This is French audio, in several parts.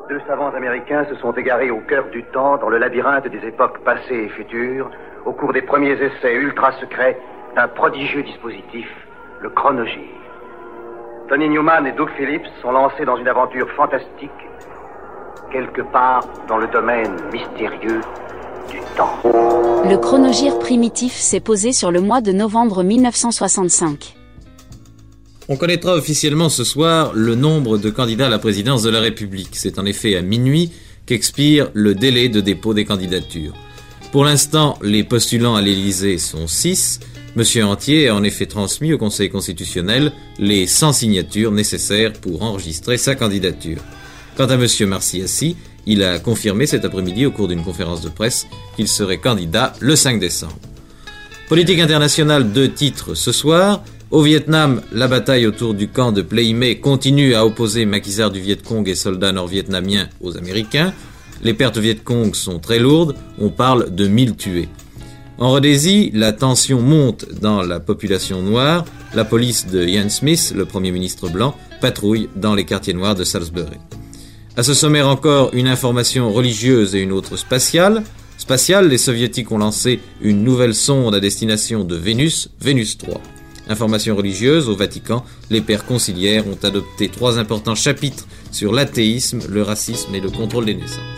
Deux savants américains se sont égarés au cœur du temps, dans le labyrinthe des époques passées et futures, au cours des premiers essais ultra-secrets d'un prodigieux dispositif, le chronogir. Tony Newman et Doug Phillips sont lancés dans une aventure fantastique, quelque part dans le domaine mystérieux du temps. Le chronogir primitif s'est posé sur le mois de novembre 1965. On connaîtra officiellement ce soir le nombre de candidats à la présidence de la République. C'est en effet à minuit qu'expire le délai de dépôt des candidatures. Pour l'instant, les postulants à l'Élysée sont 6. Monsieur Antier a en effet transmis au Conseil constitutionnel les 100 signatures nécessaires pour enregistrer sa candidature. Quant à monsieur Marciassi, il a confirmé cet après-midi au cours d'une conférence de presse qu'il serait candidat le 5 décembre. Politique internationale, 2 titres ce soir. Au Vietnam, la bataille autour du camp de Plei Me continue à opposer maquisards du Viet Cong et soldats nord-vietnamiens aux Américains. Les pertes Viet Cong sont très lourdes, on parle de 1000 tués. En Rhodésie, la tension monte dans la population noire. La police de Ian Smith, le premier ministre blanc, patrouille dans les quartiers noirs de Salisbury. À ce sommaire encore, une information religieuse et une autre spatiale. Spatiale, les soviétiques ont lancé une nouvelle sonde à destination de Vénus, Vénus 3. Information religieuse, au Vatican, les pères conciliaires ont adopté 3 importants chapitres sur l'athéisme, le racisme et le contrôle des naissances.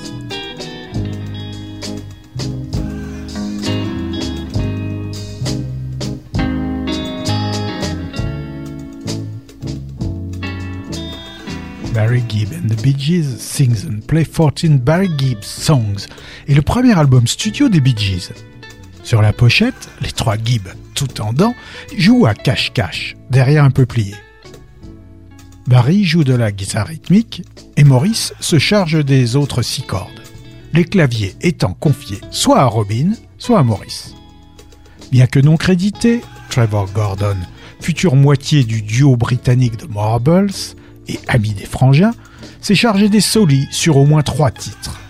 Barry Gibb and the Bee Gees sings and play 14 Barry Gibb songs est le premier album studio des Bee Gees. Sur la pochette, les 3 Gibb, tout en dents, jouent à cache-cache, derrière un peuplier. Barry joue de la guitare rythmique et Maurice se charge des autres 6 cordes, les claviers étant confiés soit à Robin, soit à Maurice. Bien que non crédité, Trevor Gordon, future moitié du duo britannique de Marbles et ami des frangins, s'est chargé des solis sur au moins 3 titres.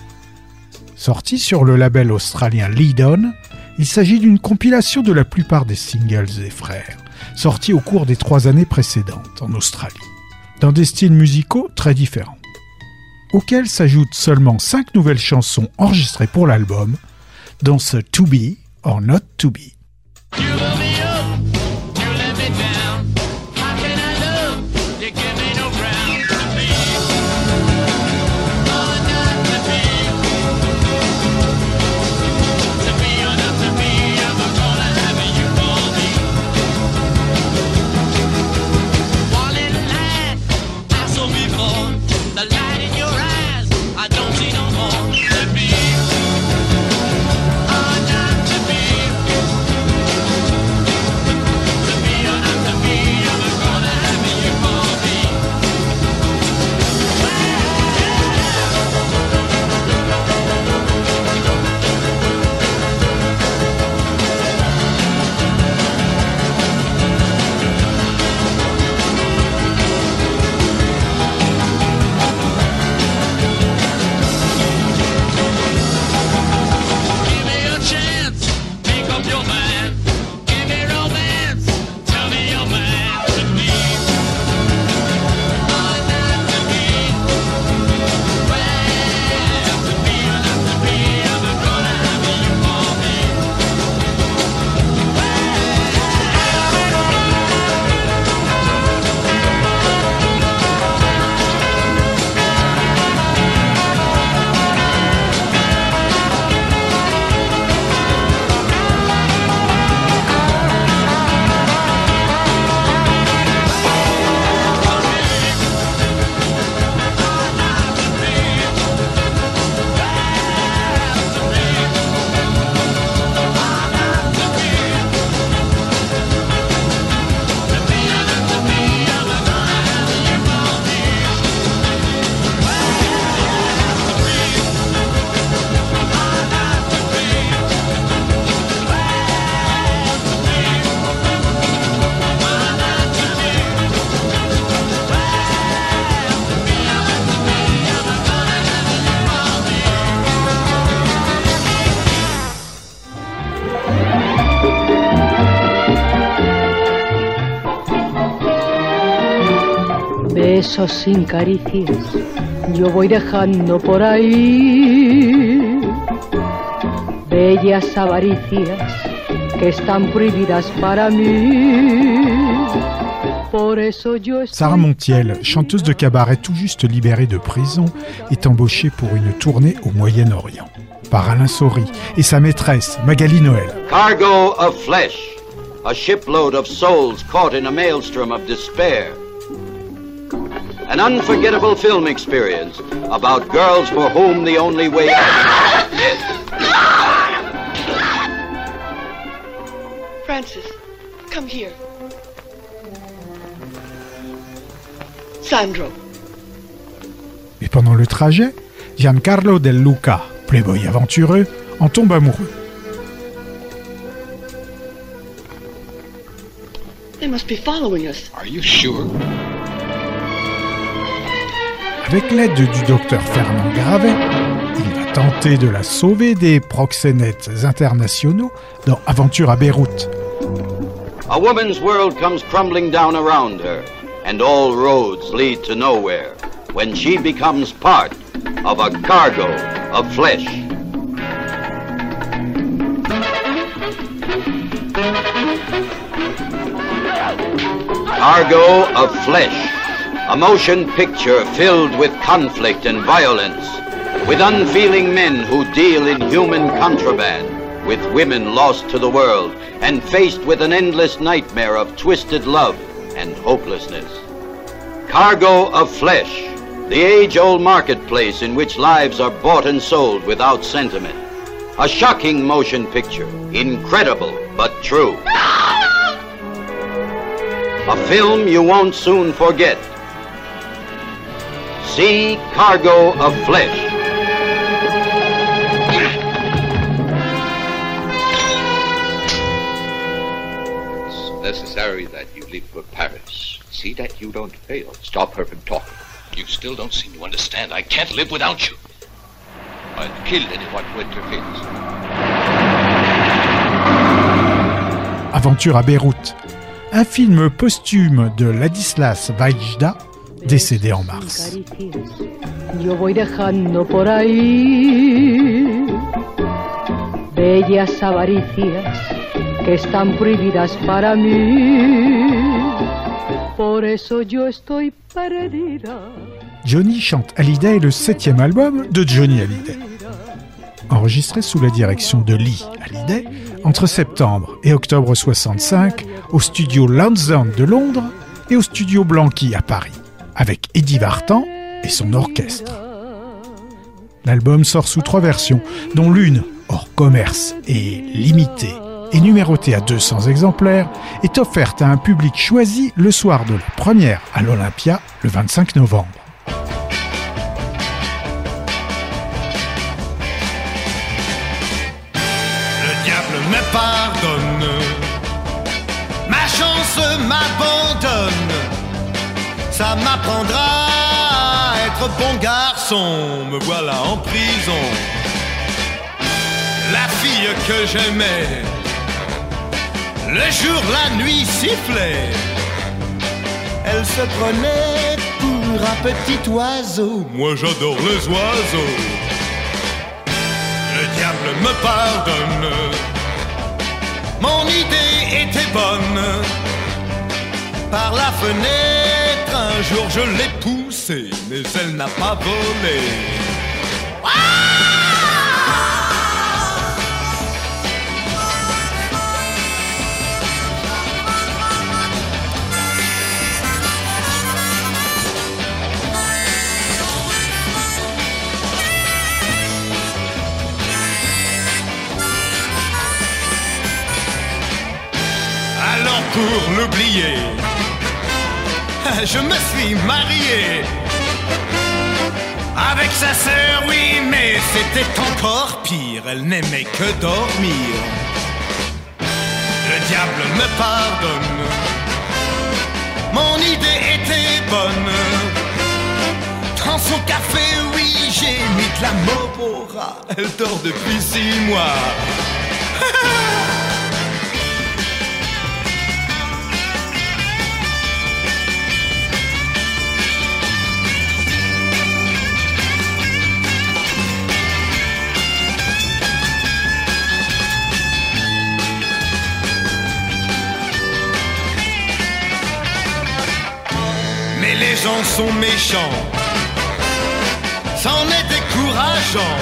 Sorti sur le label australien Lead On, il s'agit d'une compilation de la plupart des singles des frères, sortis au cours des 3 années précédentes en Australie, dans des styles musicaux très différents, auxquels s'ajoutent seulement 5 nouvelles chansons enregistrées pour l'album, dont ce To Be or Not To Be. Besos sin caricias, yo voy dejando por ahí bellas avaricias que están prohibidas para mí. Por eso yo estoy... Sarah Montiel, chanteuse de cabaret tout juste libérée de prison, est embauchée pour une tournée au Moyen-Orient par Alain Saury et sa maîtresse Magali Noël. Cargo of flesh, a shipload of souls caught in a maelstrom of despair. An unforgettable film experience about girls for whom the only way out is Francis, come here. Sandro. Mais pendant le trajet, Giancarlo Del Luca, playboy aventureux, en tombe amoureux. They must be following us. Are you sure? Avec l'aide du docteur Fernand Gravet, il va tenter de la sauver des proxénètes internationaux dans Aventure à Beyrouth. A woman's world comes crumbling down around her, and all roads lead to nowhere when she becomes part of a cargo of flesh. Cargo of Flesh, a motion picture filled with conflict and violence, with unfeeling men who deal in human contraband, with women lost to the world and faced with an endless nightmare of twisted love and hopelessness. Cargo of Flesh, the age-old marketplace in which lives are bought and sold without sentiment. A shocking motion picture, incredible but true. A film you won't soon forget. See Cargo of Flesh. It's necessary that you leave for Paris. See that you don't fail. Stop her from talking. You still don't seem to understand. I can't live without you. I'll kill anyone who interferes. Aventure à Beyrouth, un film posthume de Ladislas Vajda, décédé en mars. Yo voy dejando por ahí bellas avaricias que están prohibidas para mí. Por eso yo estoy perdida. Johnny chante Hallyday est le 7e album de Johnny Hallyday. Enregistré sous la direction de Lee Hallyday entre septembre et octobre 65 au studio Lansdowne de Londres et au studio Blanqui à Paris, avec Eddie Vartan et son orchestre. L'album sort sous 3 versions, dont l'une, hors commerce et limitée, et numérotée à 200 exemplaires, est offerte à un public choisi le soir de la première à l'Olympia le 25 novembre. Me pardonne, ma chance m'abandonne, ça m'apprendra à être bon garçon, me voilà en prison. La fille que j'aimais, le jour, la nuit sifflait, elle se prenait pour un petit oiseau, moi j'adore les oiseaux. Le diable me pardonne, mon idée était bonne. Par la fenêtre, un jour je l'ai poussée, mais elle n'a pas volé. Pour l'oublier, je me suis marié avec sa sœur, oui, mais c'était encore pire, elle n'aimait que dormir. Le diable me pardonne, mon idée était bonne. Dans son café, oui, j'ai mis de la Morora, elle dort depuis 6 mois. gens sont méchants, c'en est décourageant.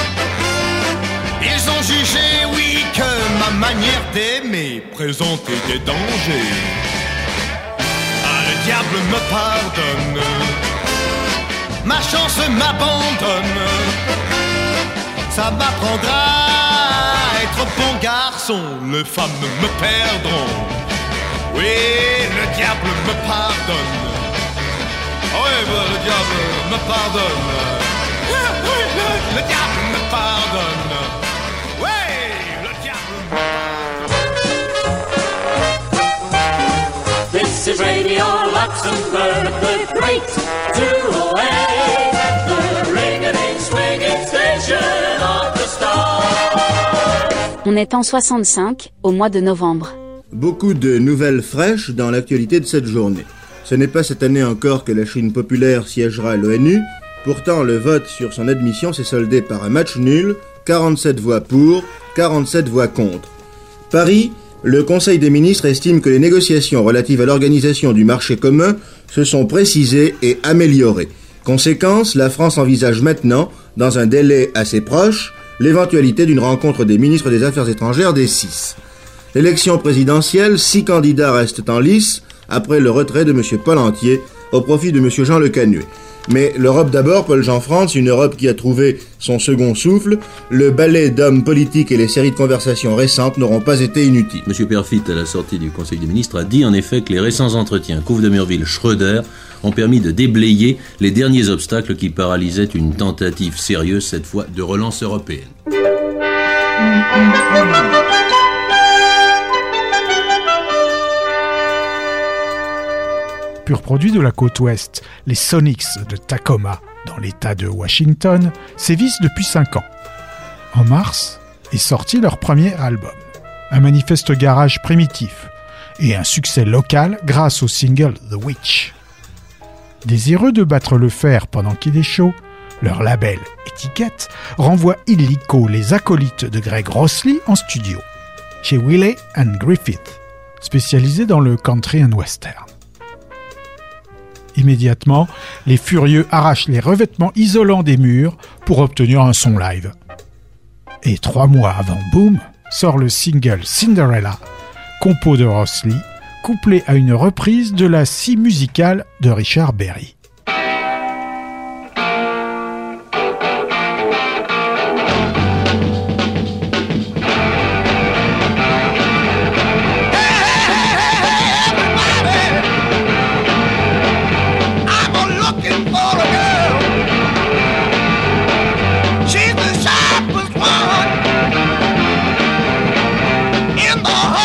Ils ont jugé, oui, que ma manière d'aimer présentait des dangers. Ah, le diable me pardonne, ma chance m'abandonne. Ça m'apprendra à être bon garçon, les femmes me perdront. Oui, le diable me pardonne. Oui, le diable me pardonne. Oui, le diable me pardonne. Oui, le diable me pardonne. This is Radio Luxembourg, the great 208, the ring-a-ding swinging station of the stars. On est en 65, au mois de novembre. Beaucoup de nouvelles fraîches dans l'actualité de cette journée. Ce n'est pas cette année encore que la Chine populaire siégera à l'ONU. Pourtant, le vote sur son admission s'est soldé par un match nul, 47 voix pour, 47 voix contre. Paris, le Conseil des ministres estime que les négociations relatives à l'organisation du marché commun se sont précisées et améliorées. Conséquence, la France envisage maintenant, dans un délai assez proche, l'éventualité d'une rencontre des ministres des Affaires étrangères des 6. L'élection présidentielle, 6 candidats restent en lice après le retrait de M. Pollentier au profit de M. Jean Le Canuet. Mais l'Europe d'abord, Paul-Jean France, une Europe qui a trouvé son second souffle, le ballet d'hommes politiques et les séries de conversations récentes n'auront pas été inutiles. M. Perfit, à la sortie du Conseil des ministres, a dit en effet que les récents entretiens Couve-de-Murville-Schröder ont permis de déblayer les derniers obstacles qui paralysaient une tentative sérieuse, cette fois, de relance européenne. Pur produit de la côte ouest, les Sonics de Tacoma, dans l'État de Washington, sévissent depuis 5 ans. En mars est sorti leur premier album, un manifeste garage primitif, et un succès local grâce au single The Witch. Désireux de battre le fer pendant qu'il est chaud, leur label Étiquette renvoie illico les acolytes de Greg Rossley en studio, chez Willey & Griffith, spécialisé dans le country and western. Immédiatement, les furieux arrachent les revêtements isolants des murs pour obtenir un son live. Et 3 mois avant Boom, sort le single Cinderella, compo de Rossley, couplé à une reprise de la scie musicale de Richard Berry.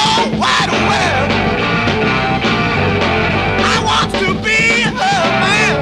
I want to be a man.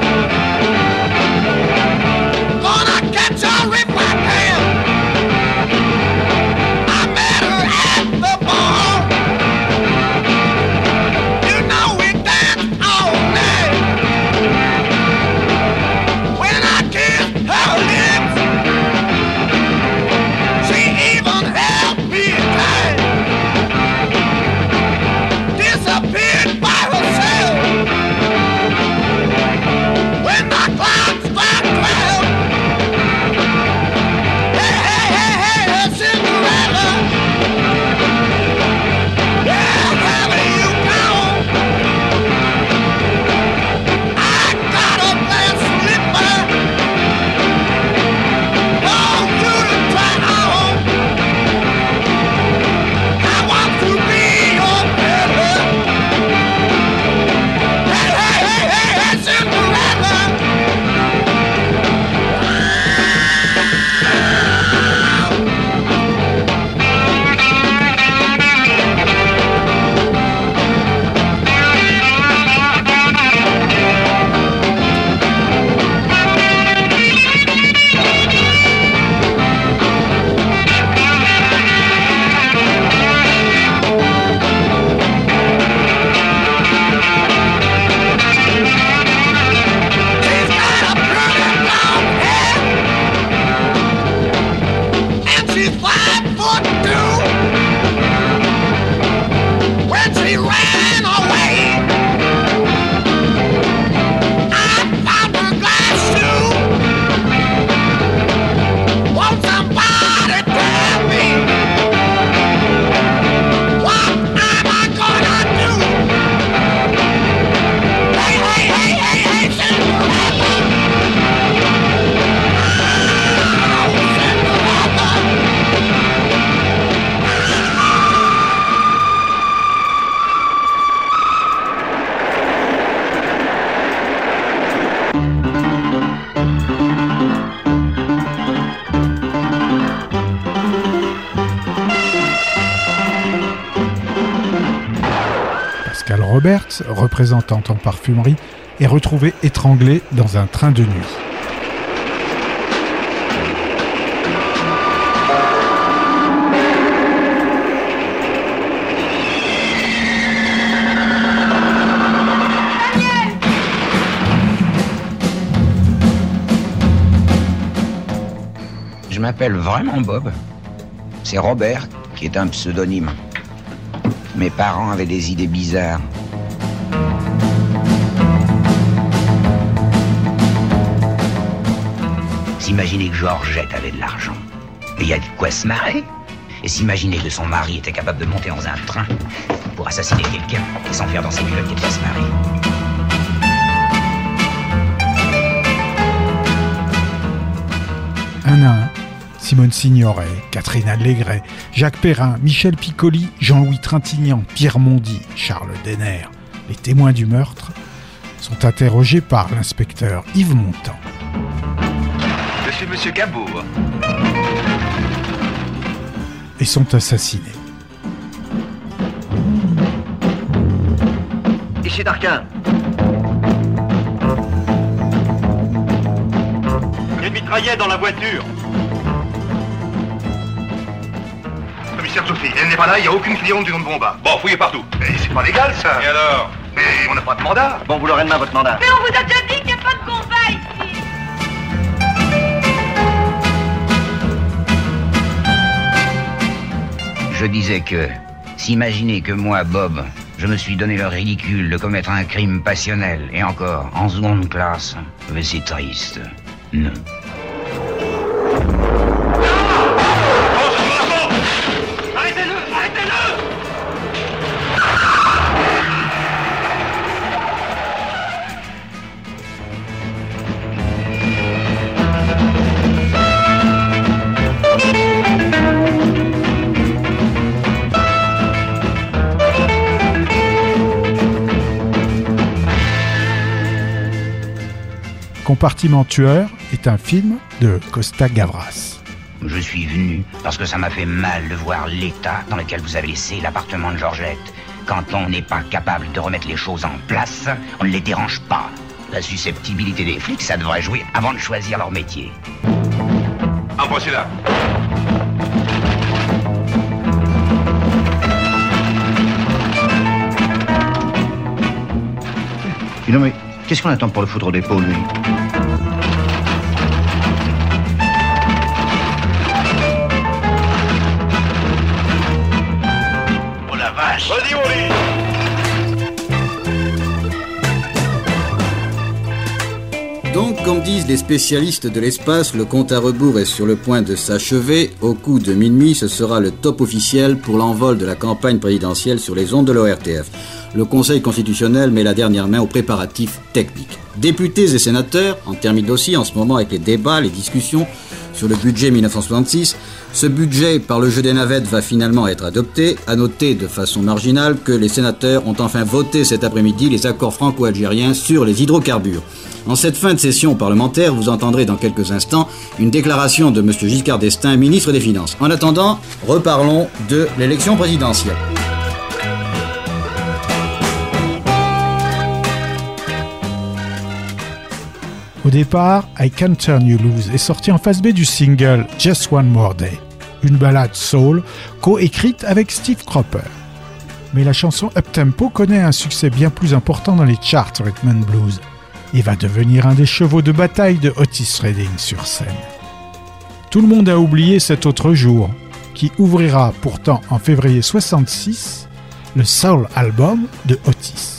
Roberts, représentante en parfumerie, est retrouvée étranglée dans un train de nuit. Je m'appelle vraiment Bob. C'est Robert qui est un pseudonyme. Mes parents avaient des idées bizarres. S'imaginer que Georgette avait de l'argent. Et il y a de quoi se marrer. Et s'imaginer que son mari était capable de monter dans un train pour assassiner quelqu'un et s'enfuir dans ses culottes et de se marrer. Un à un, Simone Signoret, Catherine Allégret, Jacques Perrin, Michel Piccoli, Jean-Louis Trintignant, Pierre Mondy, Charles Denner, les témoins du meurtre, sont interrogés par l'inspecteur Yves Montand. Je suis Monsieur Cabourg. Et sont assassinés. Ici Darquin. Il mitraillait dans la voiture. Commissaire Sophie, elle n'est pas là, il n'y a aucune cliente du nom de Bomba. Bon, fouillez partout. Mais c'est pas légal ça. Et alors? Mais on n'a pas de mandat. Bon, vous l'aurez demain votre mandat. Mais on vous a déjà dit qu'il n'y a pas de combat ici. Je disais que, s'imaginer que moi, Bob, je me suis donné le ridicule de commettre un crime passionnel, et encore, en seconde classe, mais c'est triste. Non. Arrêtez-le! Arrêtez-le! Compartiment tueur est un film de Costa Gavras. Je suis venu parce que ça m'a fait mal de voir l'état dans lequel vous avez laissé l'appartement de Georgette. Quand on n'est pas capable de remettre les choses en place, on ne les dérange pas. La susceptibilité des flics, ça devrait jouer avant de choisir leur métier. Embrassez-la. Non mais, qu'est-ce qu'on attend pour le foutre au dépôt, lui? Oh la vache! Vas-y, mon lit! Donc, comme disent les spécialistes de l'espace, le compte à rebours est sur le point de s'achever. Au coup de minuit, ce sera le top officiel pour l'envol de la campagne présidentielle sur les ondes de l'ORTF. Le Conseil constitutionnel met la dernière main aux préparatifs techniques. Députés et sénateurs en terminent aussi en ce moment avec les débats, les discussions sur le budget 1966. Ce budget, par le jeu des navettes, va finalement être adopté. À noter de façon marginale que les sénateurs ont enfin voté cet après-midi les accords franco-algériens sur les hydrocarbures. En cette fin de session parlementaire, vous entendrez dans quelques instants une déclaration de M. Giscard d'Estaing, ministre des Finances. En attendant, reparlons de l'élection présidentielle. Au départ, I Can't Turn You Loose est sorti en face B du single Just One More Day, une ballade soul co-écrite avec Steve Cropper. Mais la chanson Uptempo connaît un succès bien plus important dans les charts rhythm and blues et va devenir un des chevaux de bataille de Otis Redding sur scène. Tout le monde a oublié Cet autre jour, qui ouvrira pourtant en février 66 le Soul Album de Otis.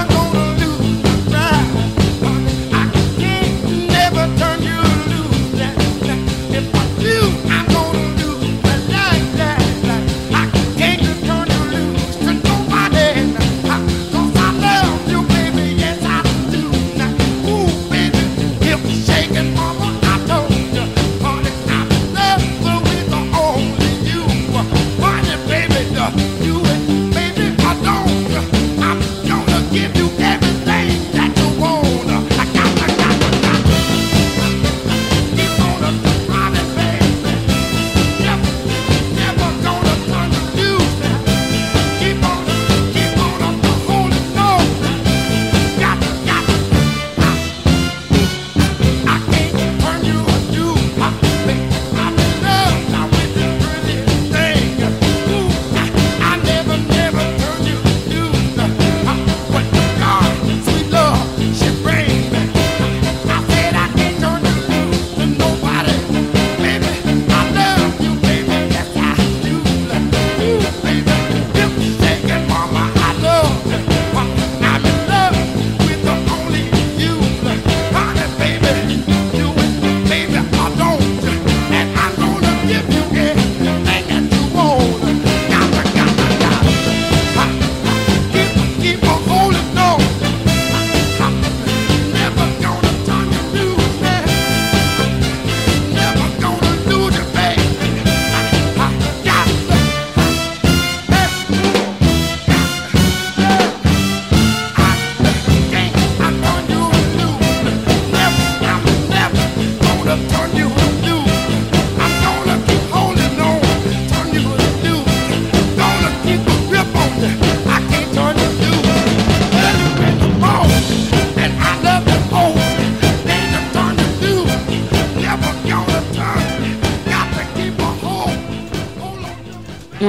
Never turn you loose.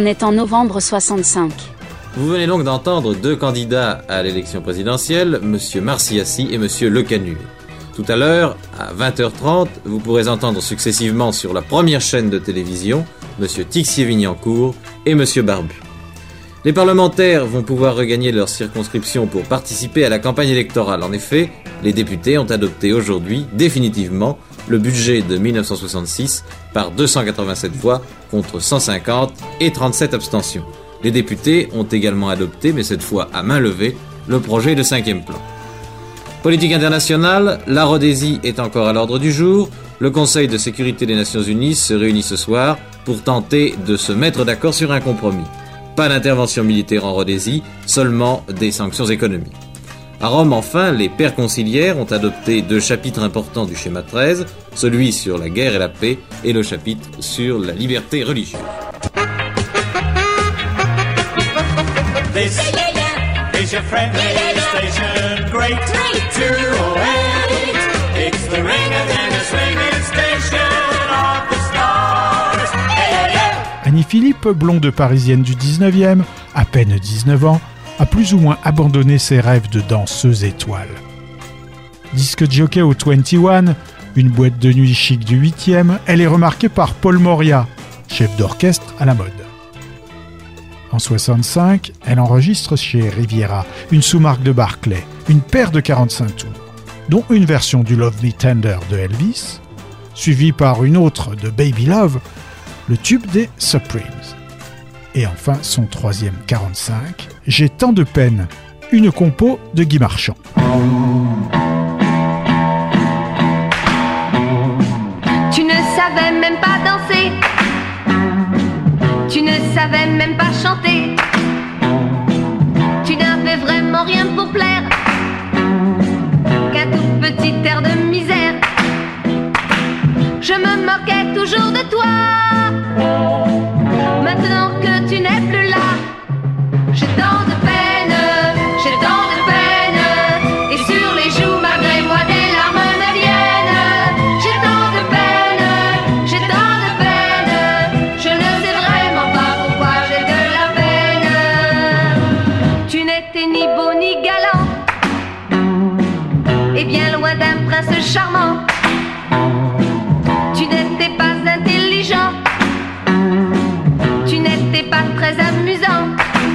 On est en novembre 65. Vous venez donc d'entendre deux candidats à l'élection présidentielle, M. Marciassi et M. Lecanu. Tout à l'heure, à 20h30, vous pourrez entendre successivement sur la première chaîne de télévision M. Tixier-Vignancourt et M. Barbu. Les parlementaires vont pouvoir regagner leur circonscription pour participer à la campagne électorale. En effet, les députés ont adopté aujourd'hui, définitivement, le budget de 1966 par 287 voix contre 150 et 37 abstentions. Les députés ont également adopté, mais cette fois à main levée, le projet de 5e plan. Politique internationale, la Rhodésie est encore à l'ordre du jour. Le Conseil de sécurité des Nations Unies se réunit ce soir pour tenter de se mettre d'accord sur un compromis. Pas d'intervention militaire en Rhodésie, seulement des sanctions économiques. À Rome, enfin, les pères conciliaires ont adopté deux chapitres importants du schéma 13, celui sur la guerre et la paix et le chapitre sur la liberté religieuse. This is your friendly station, Great 208. It's the ringing and the swinging station of the stars. Hey, yeah. Annie Philippe, blonde parisienne du 19e, à peine 19 ans, a plus ou moins abandonné ses rêves de danseuse étoile. Disque jockey au 21, une boîte de nuit chic du 8e, elle est remarquée par Paul Moria, chef d'orchestre à la mode. En 65, elle enregistre chez Riviera, une sous-marque de Barclay, une paire de 45 tours, dont une version du Love Me Tender de Elvis, suivie par une autre de Baby Love, le tube des Supremes. Et enfin, son troisième 45, J'ai tant de peine, une compo de Guy Marchand. Tu ne savais même pas danser, tu ne savais même pas chanter, tu n'avais vraiment rien pour plaire qu'un tout petit air de misère. Je me moquais toujours de toi, maintenant que tu n'es plus là. J'ai tant de peine, j'ai tant de peine, et sur les joues malgré moi des larmes me viennent. J'ai tant de peine, j'ai tant de peine, je ne sais vraiment pas pourquoi j'ai de la peine. Tu n'étais ni beau ni galant, et bien loin d'un prince charmant. Tu n'étais pas intelligent, tu n'étais pas très amusant.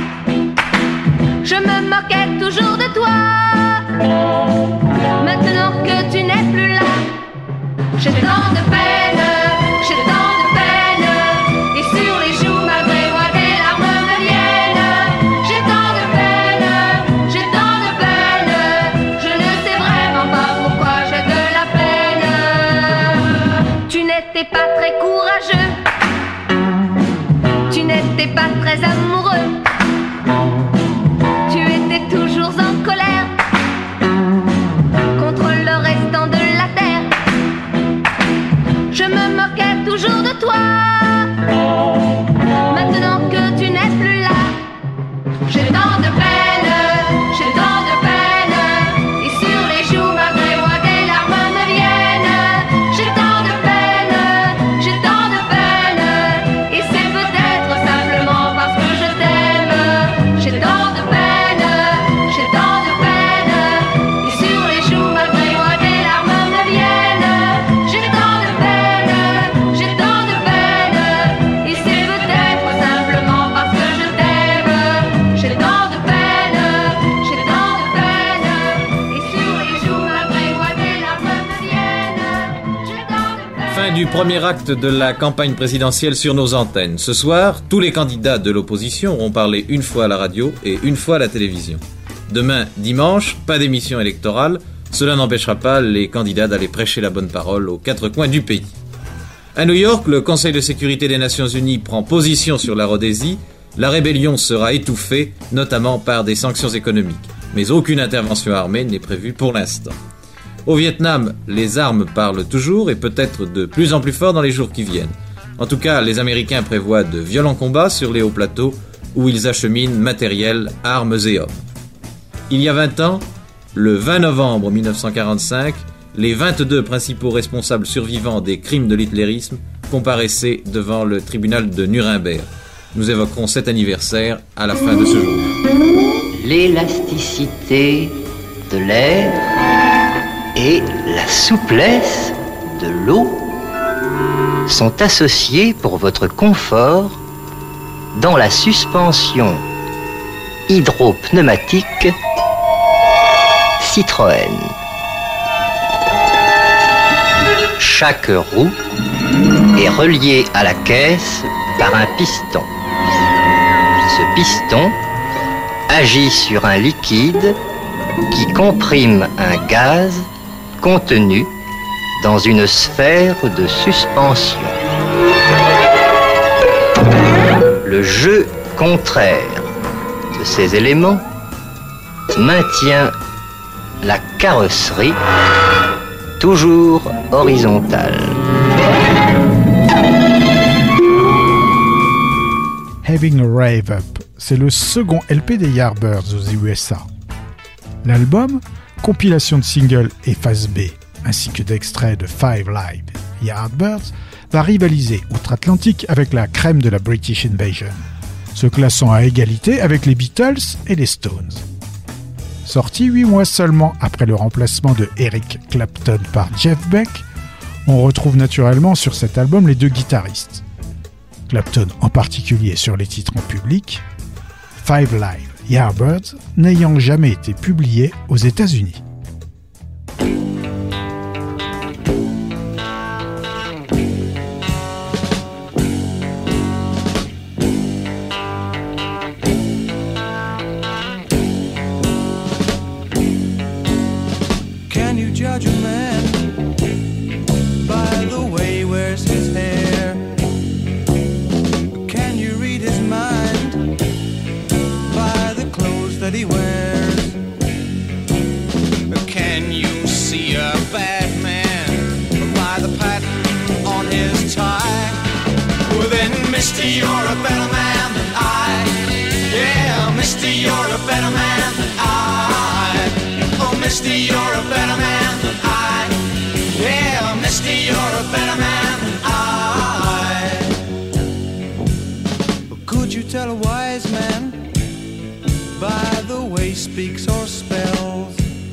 Je me moquais toujours de toi, maintenant que tu n'es plus là. J'ai tant de peine, j'ai tant de peine, et sur les joues malgré moi des larmes me viennent. J'ai tant de peine, j'ai tant de peine, je ne sais vraiment pas pourquoi j'ai de la peine. Tu n'étais pas très courageux, tu n'étais pas très amoureux, tu étais toujours en colère contre le restant de la terre. Je me moquais toujours de toi, maintenant que tu n'es plus là. J'ai tant de peine, j'ai tant de peine, et sur les joues malgré moi des larmes me viennent. J'ai tant de peine, j'ai tant de peine, et c'est peut-être simplement parce que je t'aime. J'ai tant de peine, j'ai tant de peine, et sur les joues malgré moi des larmes me viennent. J'ai tant de peine, j'ai tant de peine, et c'est peut-être simplement parce que je t'aime. J'ai tant de peine, j'ai tant de peine, et sur les joues malgré moi des larmes me viennent. J'ai tant de peine. Fin du premier acte de la campagne présidentielle sur nos antennes. Ce soir, tous les candidats de l'opposition auront parlé une fois à la radio et une fois à la télévision. Demain, dimanche, pas d'émission électorale. Cela n'empêchera pas les candidats d'aller prêcher la bonne parole aux quatre coins du pays. À New York, le Conseil de sécurité des Nations Unies prend position sur la Rhodésie. La rébellion sera étouffée, notamment par des sanctions économiques. Mais aucune intervention armée n'est prévue pour l'instant. Au Vietnam, les armes parlent toujours et peut-être de plus en plus fort dans les jours qui viennent. En tout cas, les Américains prévoient de violents combats sur les hauts plateaux où ils acheminent matériel, armes et hommes. Il y a 20 ans, le 20 novembre 1945, les 22 principaux responsables survivants des crimes de l'hitlérisme comparaissaient devant le tribunal de Nuremberg. Nous évoquerons cet anniversaire à la fin de ce jour. L'élasticité de l'air et la souplesse de l'eau sont associés pour votre confort dans la suspension hydropneumatique Citroën. Chaque roue est reliée à la caisse par un piston. Ce piston agit sur un liquide qui comprime un gaz contenu dans une sphère de suspension. Le jeu contraire de ces éléments maintient la carrosserie toujours horizontale. Having a Rave Up, c'est le second LP des Yardbirds aux USA. L'album, compilation de singles et face B, ainsi que d'extraits de Five Live Yardbirds, va rivaliser outre-Atlantique avec la crème de la British Invasion, se classant à égalité avec les Beatles et les Stones. Sorti 8 mois seulement après le remplacement de Eric Clapton par Jeff Beck, on retrouve naturellement sur cet album les deux guitaristes. Clapton en particulier sur les titres en public, Five Live Yardbirds n'ayant jamais été publié aux États-Unis. Can you judge a man by the way he wears his hair? Can you read his mind by the clothes that he wears? Can you see a bad man by the pattern on his tie? Well then, mister, you're a better man than I. Yeah, mister, you're a better man than I. Oh, mister, you're a better man than I. Yeah, mister, you're a better man than I. Could you tell a wise man by the way he speaks or spells?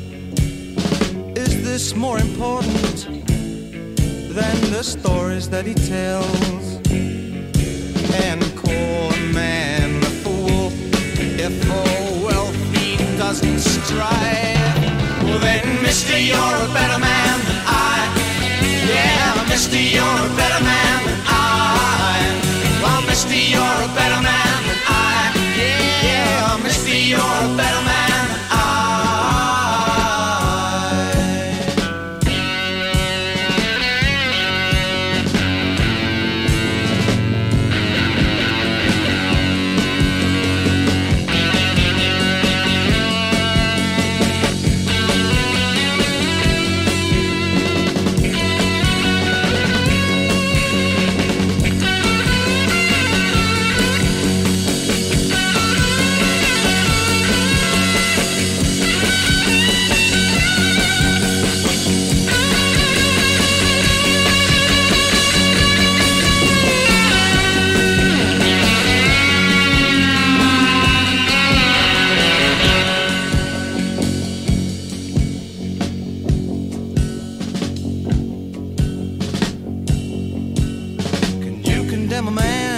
Is this more important than the stories that he tells? And call a man a fool if for wealth he doesn't strive. Well then, mister, you're a better man than I. Yeah, mister, you're a better man than I. Well, mister, you're a better man than I. Yeah, mister, you're a better man than I. Condemn a man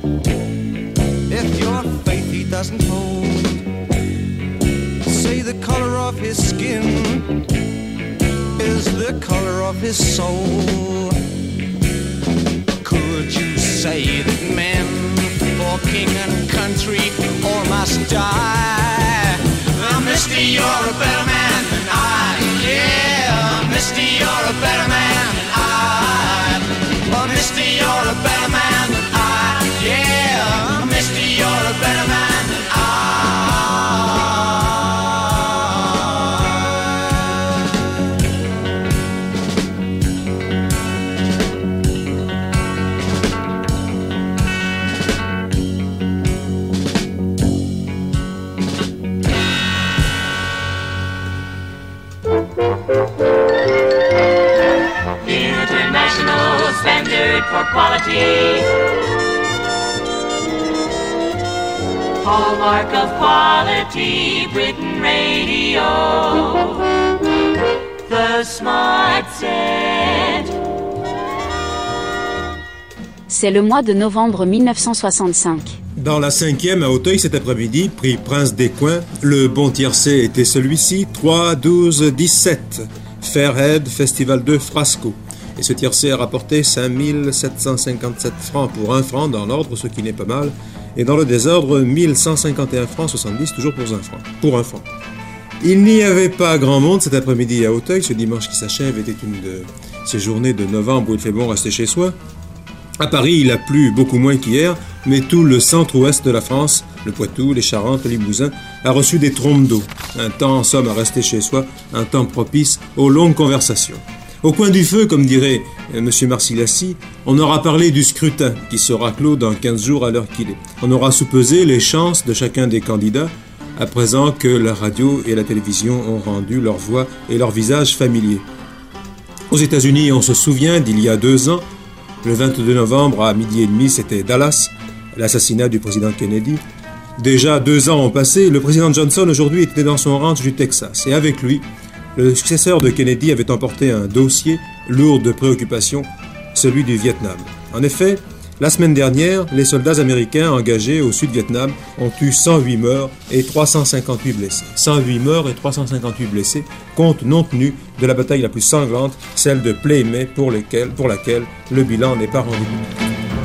if your faith he doesn't hold. Say the color of his skin is the color of his soul. Could you say that men for king and country all must die? Well, mister, you're a better man than I. Yeah, mister, you're a better man than I. Well, mister, you're a better man than I. Yeah, mister, you're a better man than International standard for quality mark of quality, Britain Radio. The Smart Set. C'est le mois de novembre 1965. Dans la 5e à Auteuil cet après-midi, prix Prince des Coins, le bon tiercé était celui-ci, 3, 12, 17. Fairhead, Festival de Frasco. Et ce tiercé a rapporté 5 757 francs pour 1 franc dans l'ordre, ce qui n'est pas mal. Et dans le désordre, 1151 francs 70, toujours pour 1 franc. Il n'y avait pas grand monde cet après-midi à Auteuil. Ce dimanche qui s'achève était une de ces journées de novembre où il fait bon rester chez soi. À Paris, il a plu beaucoup moins qu'hier, mais tout le centre-ouest de la France, le Poitou, les Charentes, le Limousin, a reçu des trompes d'eau. Un temps, en somme, à rester chez soi, un temps propice aux longues conversations. Au coin du feu, comme dirait M. Marsilassi, on aura parlé du scrutin, qui sera clos dans 15 jours à l'heure qu'il est. On aura soupesé les chances de chacun des candidats, à présent que la radio et la télévision ont rendu leur voix et leur visage familiers. Aux États-Unis, on se souvient d'il y a 2 ans, le 22 novembre à 12h30, c'était Dallas, l'assassinat du président Kennedy. Déjà 2 ans ont passé, le président Johnson aujourd'hui était dans son ranch du Texas. Et avec lui, le successeur de Kennedy avait emporté un dossier lourd de préoccupations, celui du Vietnam. En effet, la semaine dernière, les soldats américains engagés au Sud-Vietnam ont eu 108 morts et 358 blessés. 108 morts et 358 blessés, compte non tenu de la bataille la plus sanglante, celle de Plei-Mei, pour laquelle le bilan n'est pas rendu public.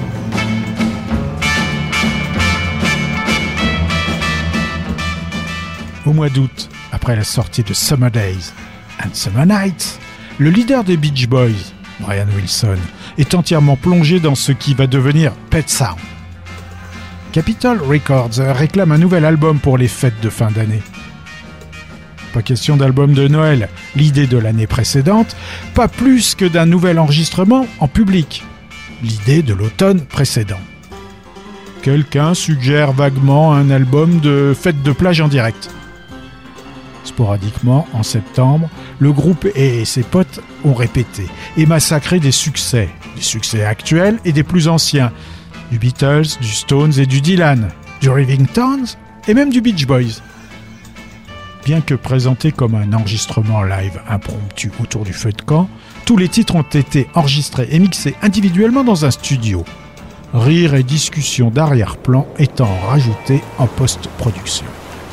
Au mois d'août, après la sortie de Summer Days and Summer Nights, le leader des Beach Boys, Brian Wilson, est entièrement plongé dans ce qui va devenir Pet Sound. Capitol Records réclame un nouvel album pour les fêtes de fin d'année. Pas question d'album de Noël, l'idée de l'année précédente, pas plus que d'un nouvel enregistrement en public, l'idée de l'automne précédent. Quelqu'un suggère vaguement un album de fête de plage en direct. Sporadiquement, en septembre, le groupe et ses potes ont répété et massacré des succès actuels et des plus anciens, du Beatles, du Stones et du Dylan, du Rivingtons et même du Beach Boys. Bien que présentés comme un enregistrement live impromptu autour du feu de camp, tous les titres ont été enregistrés et mixés individuellement dans un studio. Rires et discussions d'arrière-plan étant rajoutés en post-production.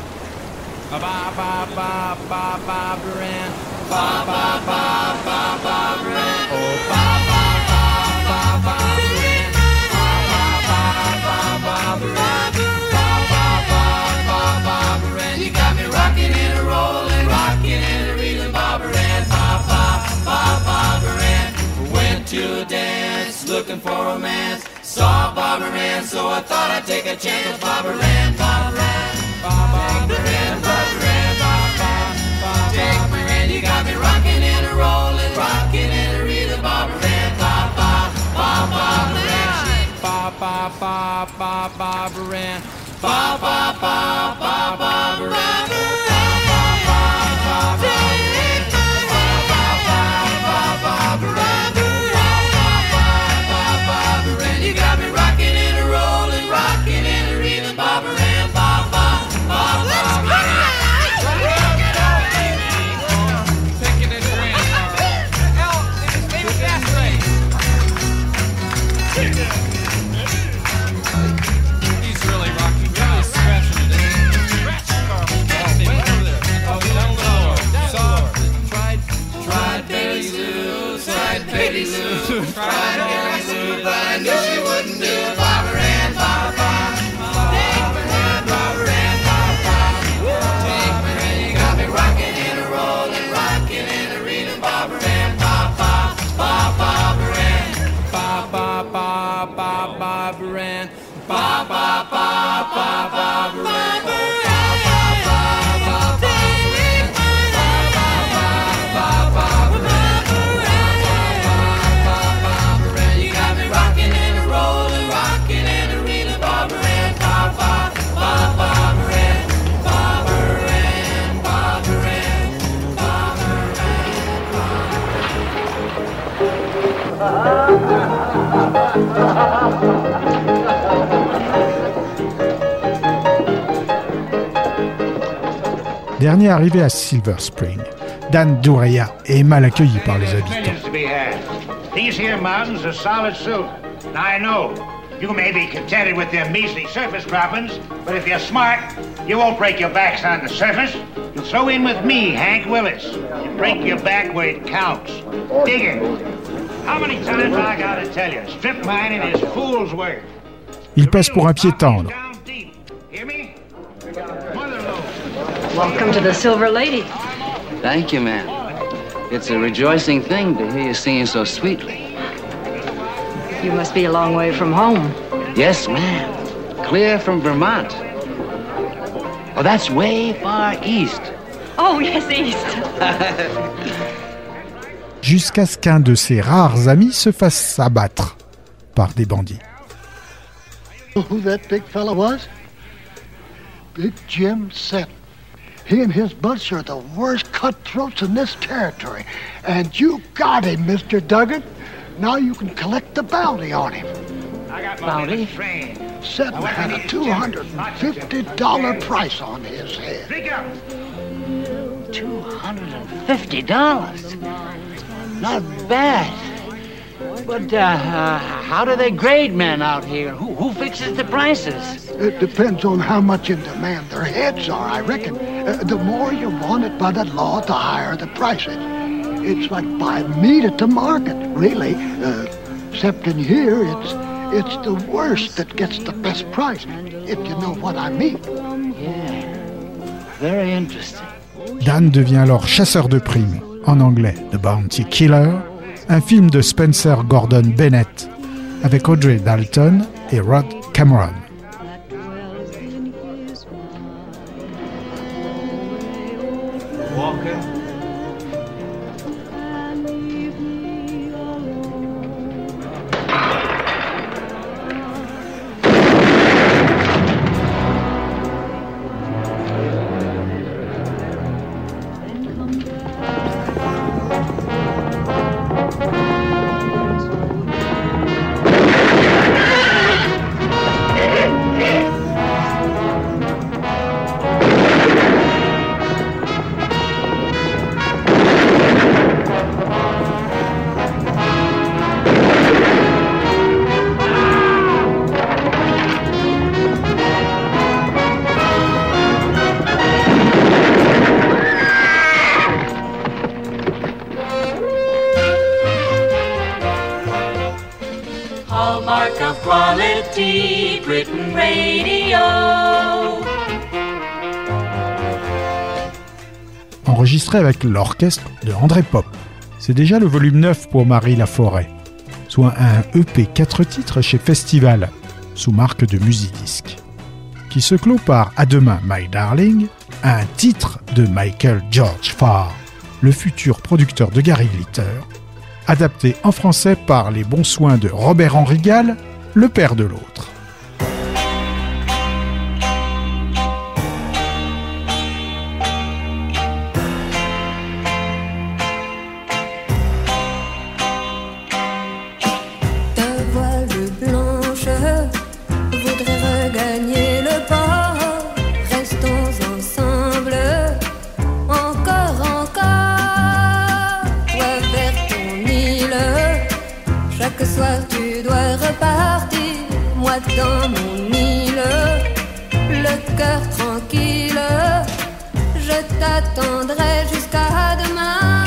Looking for romance, saw Barbara Ann, so I thought I'd take a chance with Barbara Ann, Barbara Ann, Barbara Ann, Barbara Ann, take my hand, you got me rocking and a rolling, rocking and a reeling, Barbara Ann, Barbara Ann, Barbara Ann, Barbara Ann. He's really rocking. dernier arrivé à Silver Spring. Dan Duryea est mal accueilli par les habitants. These here mountains are solid silver. Now I know you may be contented with them measly surface croppings, but if you're smart, you won't break your backs on the surface. You'll throw in with me, Hank Willis. You break your back where it counts. Digging. How many times I gotta tell you, strip mining is fool's work. Il passe pour un pied tendre. Welcome to the Silver Lady. Thank you, ma'am. It's a rejoicing thing to hear you singing so sweetly. You must be a long way from home. Yes, ma'am. Clear from Vermont. Oh, that's way far east. Oh, yes, east. Jusqu'à ce qu'un de ses rares amis se fasse abattre par des bandits. Who that big fella was? Big Jim Seton. He and his bunch are the worst cutthroats in this territory. And you got him, Mr. Duggan. Now you can collect the bounty on him. Bounty? Seton had a $250 price on his head. $250? Not bad. But how do they grade men out here? Who fixes the prices? It depends on how much in demand their heads are, I reckon. The more you want it by the law, the higher the price is. It's like buying meat at the market, really. Except in here, it's the worst that gets the best price, if you know what I mean. Yeah, very interesting. Dan devient alors chasseur de primes, en anglais The Bounty Killer, un film de Spencer Gordon Bennett avec Audrey Dalton et Rod Cameron. Walker. Hallmark of quality, Britain Radio. Enregistré avec l'orchestre de André Pop. C'est déjà le volume 9 pour Marie Laforêt, soit un EP 4 titres chez Festival, sous marque de Musidisc, qui se clôt par À demain, My Darling, un titre de Michael George Farr, le futur producteur de Gary Glitter, adapté en français par les bons soins de Robert-Henri Gall, le père de l'autre. Ta voile blanche voudrait regagner le port. Restons ensemble, encore. Toi vers ton île, chaque soir tu dois repartir. Moi dans mon île, le cœur tranquille, je t'attendrai jusqu'à demain.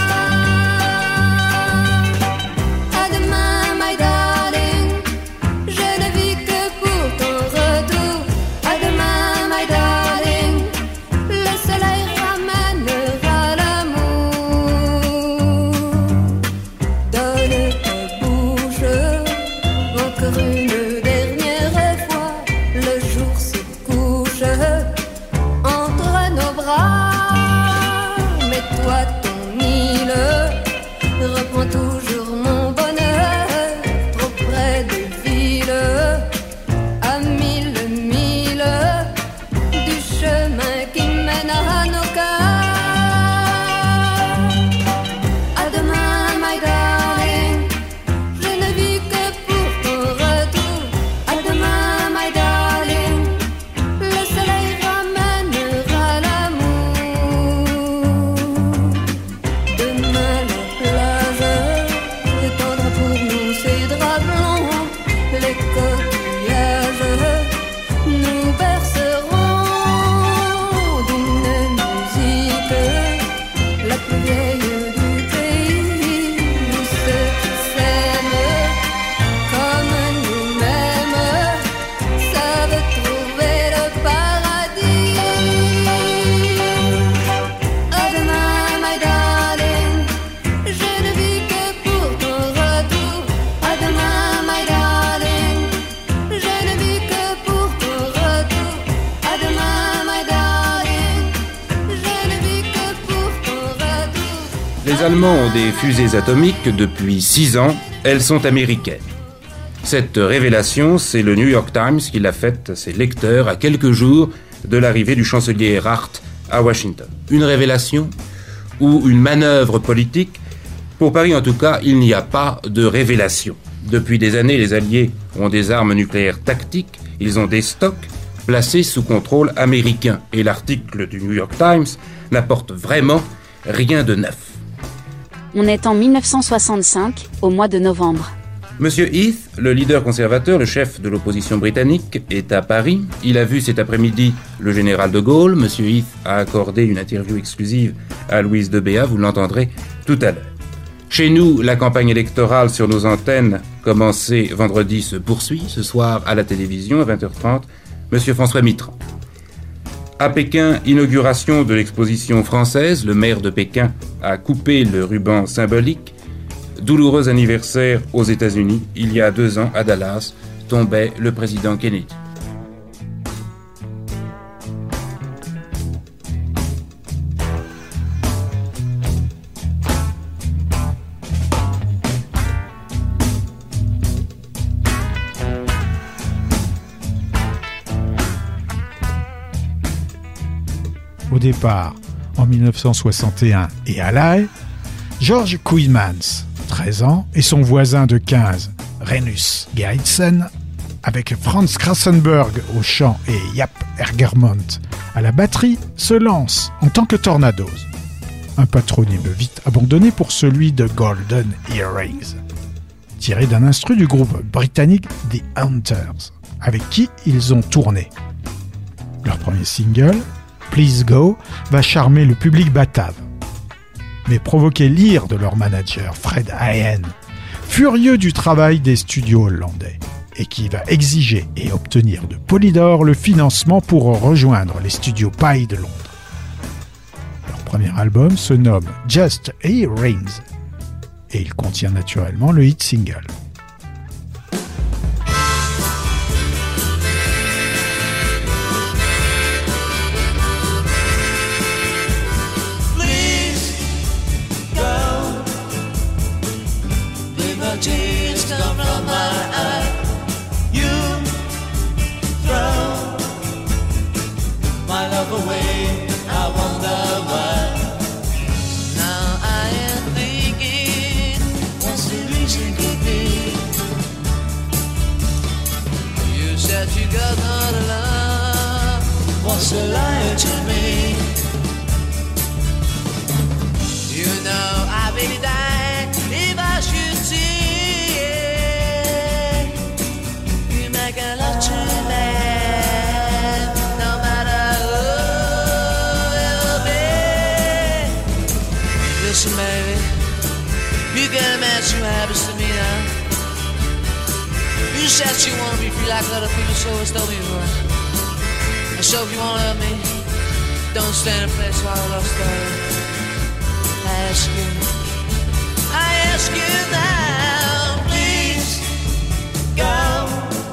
À demain, my darling, je ne vis que pour ton retour. À demain, my darling, le soleil ramènera l'amour. Donne ta bouche, encore une dernière fois. Le jour se couche entre nos bras, mais toi Les Allemands ont des fusées atomiques depuis 6 ans. Elles sont américaines. Cette révélation, c'est le New York Times qui l'a faite à ses lecteurs à quelques jours de l'arrivée du chancelier Erhardt à Washington. Une révélation ou une manœuvre politique? Pour Paris, en tout cas, il n'y a pas de révélation. Depuis des années, les Alliés ont des armes nucléaires tactiques. Ils ont des stocks placés sous contrôle américain. Et l'article du New York Times n'apporte vraiment rien de neuf. On est en 1965, au mois de novembre. Monsieur Heath, le leader conservateur, le chef de l'opposition britannique, est à Paris. Il a vu cet après-midi le général de Gaulle. Monsieur Heath a accordé une interview exclusive à Louise de Béat. Vous l'entendrez tout à l'heure. Chez nous, la campagne électorale sur nos antennes, commencée vendredi, se poursuit. Ce soir, à la télévision, à 20h30, Monsieur François Mitterrand. À Pékin, inauguration de l'exposition française. Le maire de Pékin a coupé le ruban symbolique. Douloureux anniversaire aux États-Unis. Il y a 2 ans, à Dallas, tombait le président Kennedy. Au départ, en 1961 et à La Haye, George Queenmans, 13 ans, et son voisin de 15, Renus Gerritsen, avec Franz Krassenberg au chant et Jaap Ergermont à la batterie, se lancent en tant que Tornadoes. Un patronyme vite abandonné pour celui de Golden Earrings, tiré d'un instru du groupe britannique The Hunters, avec qui ils ont tourné. Leur premier single, Please Go, va charmer le public batave, mais provoquer l'ire de leur manager Fred Haen, furieux du travail des studios hollandais, et qui va exiger et obtenir de Polydor le financement pour rejoindre les studios Pye de Londres. Leur premier album se nomme Just Earrings, et il contient naturellement le hit single. Tears come from my eye. You throw my love away. I wonder why. Now I am thinking, what's the reason could be? You said you got not a love. What's a lie to me? You know I really died if I should see. Listen, baby, you can't imagine what happens to me now. You said you want me free like other people, so it's don't be right. And so if you want to love me, don't stand in place while I lost started. I ask you now, please go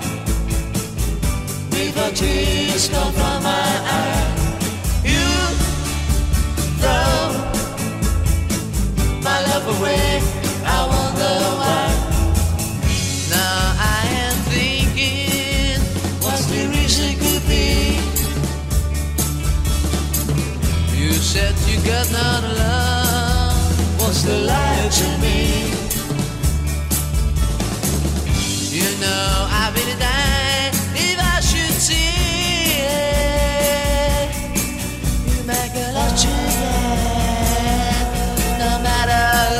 before tears come from my eyes. You throw my love away, I wonder why. Now I am thinking, what's the reason could be? You said you got not a love, what's the lie to me? You know I really died if I should see it. You make a lot to that, no matter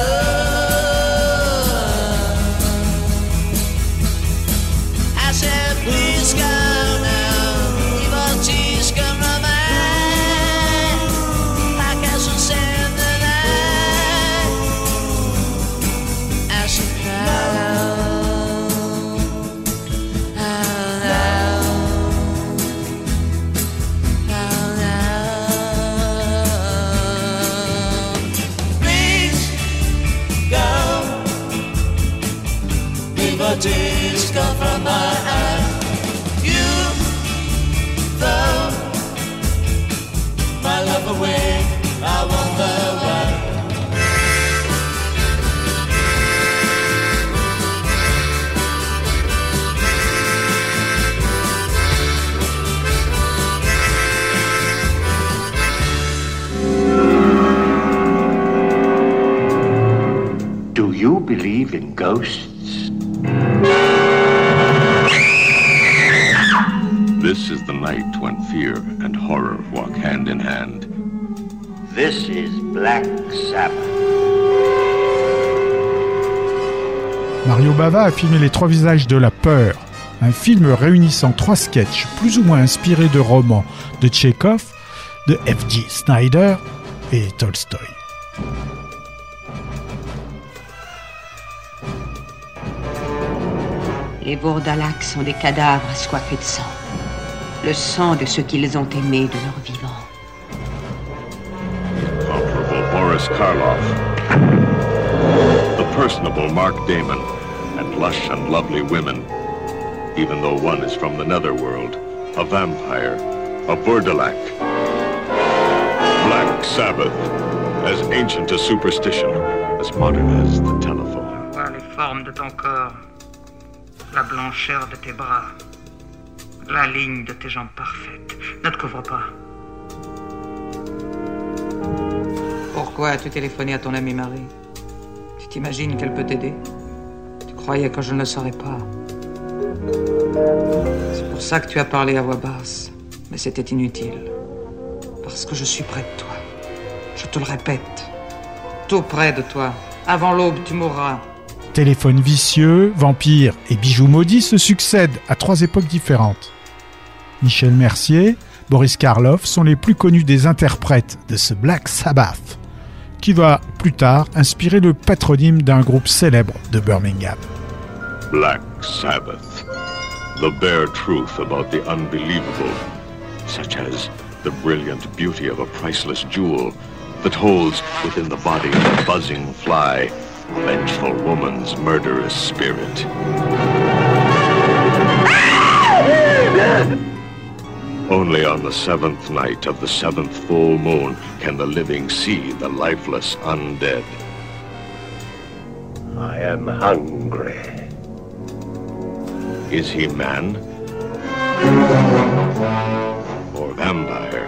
who. I said please go now, even tears come from my eyes, like I should send the night. I should cry. Tears come from my eyes. You throw my love away. I wonder why. you believe in ghosts? This is the night when fear and horror walk hand in hand. This is Black Sabbath. Mario Bava a filmé Les Trois Visages de la Peur, un film réunissant 3 sketchs plus ou moins inspirés de romans de Tchekhov, de F.G. Snyder et Tolstoï. Les Bourdalacs sont des cadavres assoiffés de sang. Le sang de ceux qu'ils ont aimés de leur vivant. Incomparable Boris Karloff. The personable Mark Damon. And lush and lovely women. Even though one is from the netherworld. A vampire. A Bourdalac. Black Sabbath. As ancient as superstition. As modern as the telephone. Vois les formes de ton corps. La blancheur de tes bras, la ligne de tes jambes parfaites. Ne te couvre pas. Pourquoi as-tu téléphoné à ton amie Marie? Tu t'imagines qu'elle peut t'aider? Tu croyais que je ne le saurais pas. C'est pour ça que tu as parlé à voix basse. Mais c'était inutile. Parce que je suis près de toi. Je te le répète. Tout près de toi. Avant l'aube, tu mourras. Téléphone vicieux, vampire et bijoux maudits se succèdent à 3 époques différentes. Michel Mercier, Boris Karloff sont les plus connus des interprètes de ce Black Sabbath, qui va plus tard inspirer le patronyme d'un groupe célèbre de Birmingham. Black Sabbath. The bare truth about the unbelievable, such as the brilliant beauty of a priceless jewel that holds within the body of a buzzing fly vengeful woman's murderous spirit. Only on the 7th night of the 7th full moon can the living see the lifeless undead. I am hungry. Is he man or vampire?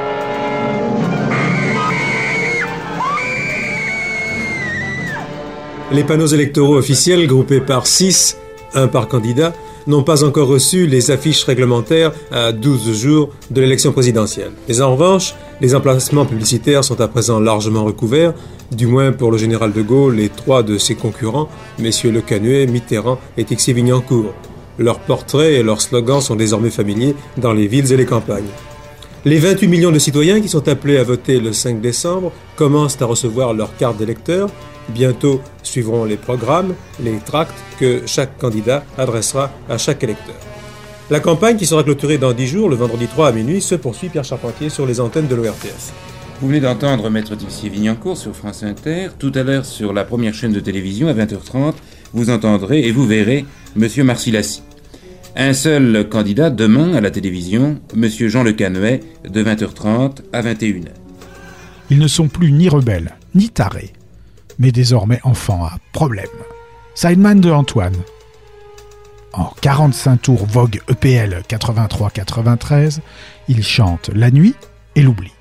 Les panneaux électoraux officiels, groupés par 6, un par candidat, n'ont pas encore reçu les affiches réglementaires à 12 jours de l'élection présidentielle. Mais en revanche, les emplacements publicitaires sont à présent largement recouverts, du moins pour le général de Gaulle et 3 de ses concurrents, messieurs Le Canuet, Mitterrand et Tixier-Vignancourt. Leurs portraits et leurs slogans sont désormais familiers dans les villes et les campagnes. Les 28 millions de citoyens qui sont appelés à voter le 5 décembre commencent à recevoir leur carte d'électeur. Bientôt suivront les programmes, les tracts que chaque candidat adressera à chaque électeur. La campagne, qui sera clôturée dans 10 jours, le vendredi 3 à minuit, se poursuit, Pierre Charpentier, sur les antennes de l'ORTF. Vous venez d'entendre Maître Tixier-Vignancourt sur France Inter. Tout à l'heure, sur la première chaîne de télévision, à 20h30, vous entendrez et vous verrez M. Marcilassi. Un seul candidat demain à la télévision, M. Jean Le Canuet, de 20h30 à 21h. Ils ne sont plus ni rebelles, ni tarés, mais désormais enfants à problème. Sideman de Antoine. En 45 tours Vogue EPL 83-93, il chante La nuit et l'oubli.